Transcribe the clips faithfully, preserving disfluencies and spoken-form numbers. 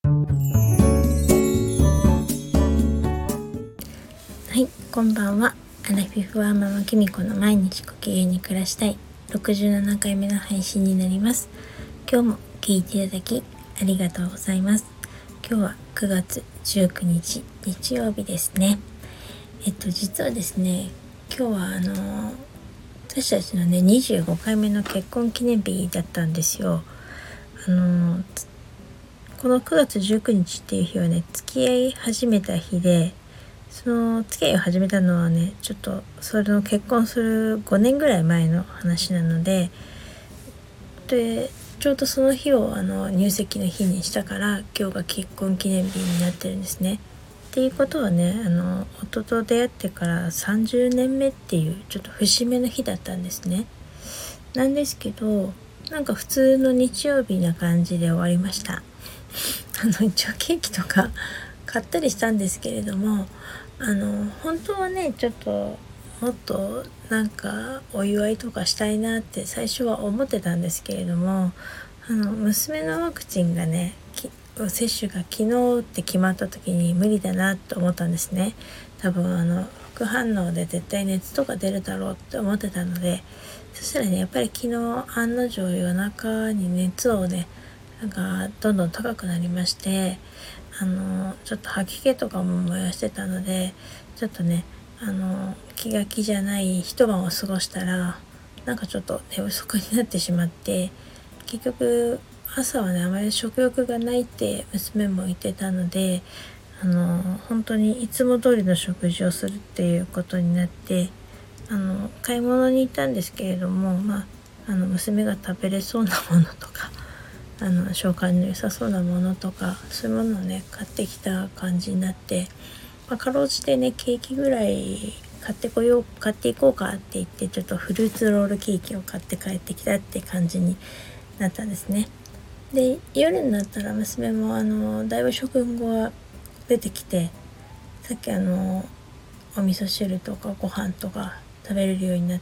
はい、こんばんは。アラフィフはママキミコの毎日ご機嫌に暮らしたいろくじゅうななかいめの配信になります。今日も聞いていただきありがとうございます。今日はくがつじゅうくにち日曜日ですね。えっと実はですね、今日はあの私たちのねにじゅうごかいめの結婚記念日だったんですよ。あのこのくがつじゅうくにちっていう日はね、付き合い始めた日で、その付き合いを始めたのはね、ちょっとそれの結婚するごねんぐらい前の話なので、でちょうどその日をあの入籍の日にしたから、今日が結婚記念日になってるんですね。っていうことはね、あの夫と出会ってからさんじゅうねんめっていうちょっと節目の日だったんですね。なんですけど、なんか普通の日曜日な感じで終わりました。あの一応ケーキとか買ったりしたんですけれども、あの本当はね、ちょっともっとなんかお祝いとかしたいなって最初は思ってたんですけれども、あの娘のワクチンがね接種が昨日って決まった時に無理だなと思ったんですね。多分あの副反応で絶対熱とか出るだろうって思ってたので、そしたらね、やっぱり昨日案の定夜中に熱をねなんかどんどん高くなりまして、あのちょっと吐き気とかも燃やしてたので、ちょっとねあの気が気じゃない一晩を過ごしたら、なんかちょっと寝不足になってしまって、結局朝はねあまり食欲がないって娘も言ってたので、あの本当にいつも通りの食事をするっていうことになって、あの買い物に行ったんですけれども、まああの娘が食べれそうなものとか、あの消化に良さそうなものとか、そういうものをね買ってきた感じになって、まあ、かろうじてねケーキぐらい買ってこよう買っていこうかって言って、ちょっとフルーツロールケーキを買って帰ってきたって感じになったんですね。で夜になったら娘もあのだいぶ食後は出てきて、さっきあのお味噌汁とかご飯とか食べれるようになって、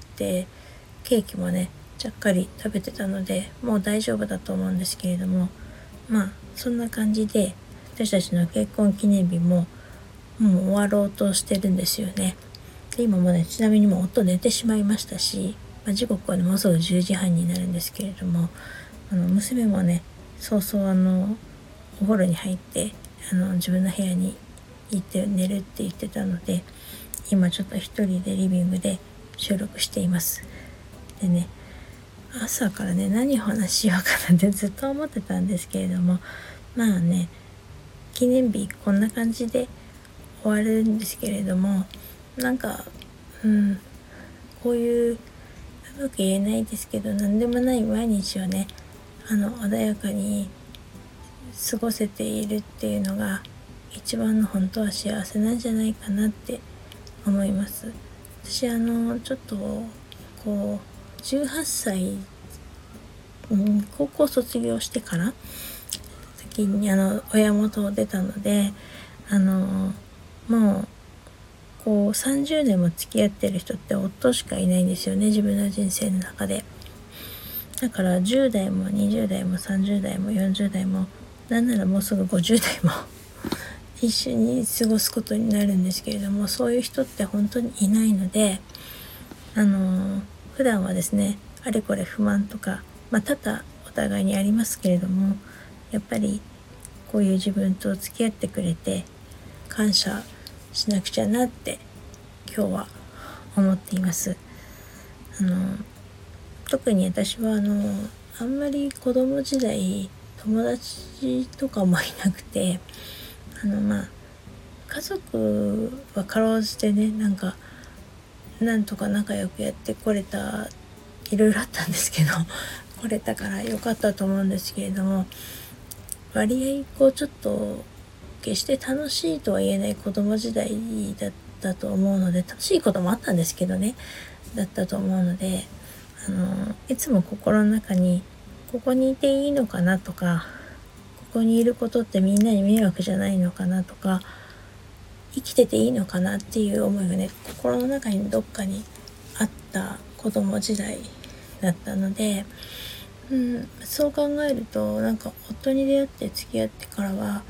ケーキもねちゃっかり食べてたので、もう大丈夫だと思うんですけれども、まあそんな感じで私たちの結婚記念日ももう終わろうとしてるんですよね。で今もね、ちなみにもう夫寝てしまいましたし、まあ、時刻はねもうすぐじゅうじはんになるんですけれども、あの娘もね早々あのお風呂に入ってあの自分の部屋に行って寝るって言ってたので、今ちょっと一人でリビングで収録しています。でね、朝からね何を話しようかなってずっと思ってたんですけれども、まあね記念日こんな感じで終わるんですけれども、なんかうんこういううまく言えないですけど、何でもない毎日をねあの穏やかに過ごせているっていうのが一番の本当は幸せなんじゃないかなって思います。私あのちょっとこうじゅうはっさい、うん、高校卒業してから先にあの親元を出たので、あのもうこうさんじゅうねんも付き合ってる人って夫しかいないんですよね、自分の人生の中で。だからじゅう代もにじゅう代もさんじゅう代もよんじゅう代も、なんならもうすぐごじゅう代も一緒に過ごすことになるんですけれども、そういう人って本当にいないので、あの普段はですねあれこれ不満とか、まあ多々お互いにありますけれども、やっぱりこういう自分と付き合ってくれて感謝しなくちゃなって今日は思っています。あの特に私はあのあんまり子供時代友達とかもいなくて、あのまあ家族はかろうじてねなんかなんとか仲良くやってこれた、いろいろあったんですけど来れたから良かったと思うんですけれども、割合こうちょっと決して楽しいとは言えない子供時代だったと思うので、楽しいこともあったんですけどねだったと思うので、あのいつも心の中にここにいていいのかなとか、ここにいることってみんなに迷惑じゃないのかなとか、生きてていいのかなっていう思いがね心の中にどっかにあった子供時代だったので、うん、そう考えるとなんか夫に出会って付き合ってからは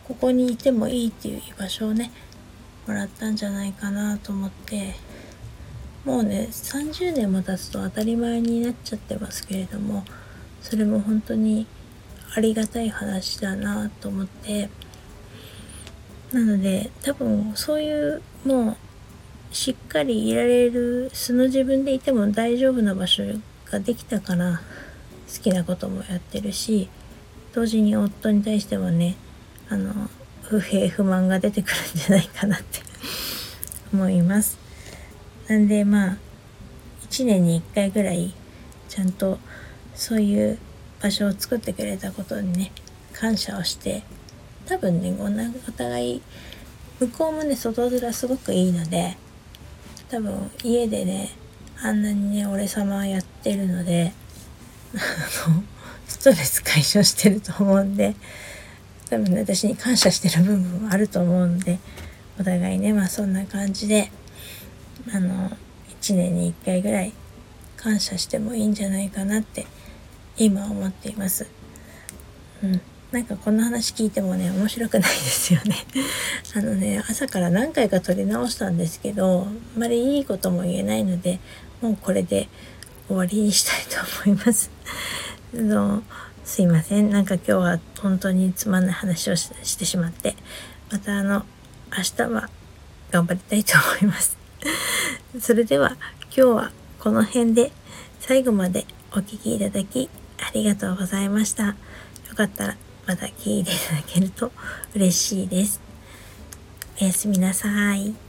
ここにいてもいいっていう居場所をねもらったんじゃないかなと思って、もうねさんじゅうねんも経つと当たり前になっちゃってますけれども、それも本当にありがたい話だなと思って、なので多分そういうもうしっかりいられる素の自分でいても大丈夫な場所ができたから好きなこともやってるし、同時に夫に対してもねあの不平不満が出てくるんじゃないかなって思います。なんでまあいちねんにいっかいぐらいちゃんとそういう場所を作ってくれたことにね感謝をして、多分ねお互い向こうもね外面すごくいいので、多分家でねあんなにね俺様やってるのであのストレス解消してると思うんで、多分ね私に感謝してる部分もあると思うんで、お互いねまあそんな感じであのいちねんにいっかいぐらい感謝してもいいんじゃないかなって今思っています。うん、なんかこの話聞いてもね面白くないですよねあのね朝から何回か撮り直したんですけど、あまりいいことも言えないのでもうこれで終わりにしたいと思いますあのすいません、なんか今日は本当につまんない話を し, してしまって、またあの明日は頑張りたいと思いますそれでは今日はこの辺で、最後までお聞きいただきありがとうございました。よかったらまた聞いていただけると嬉しいです。おやすみなさい。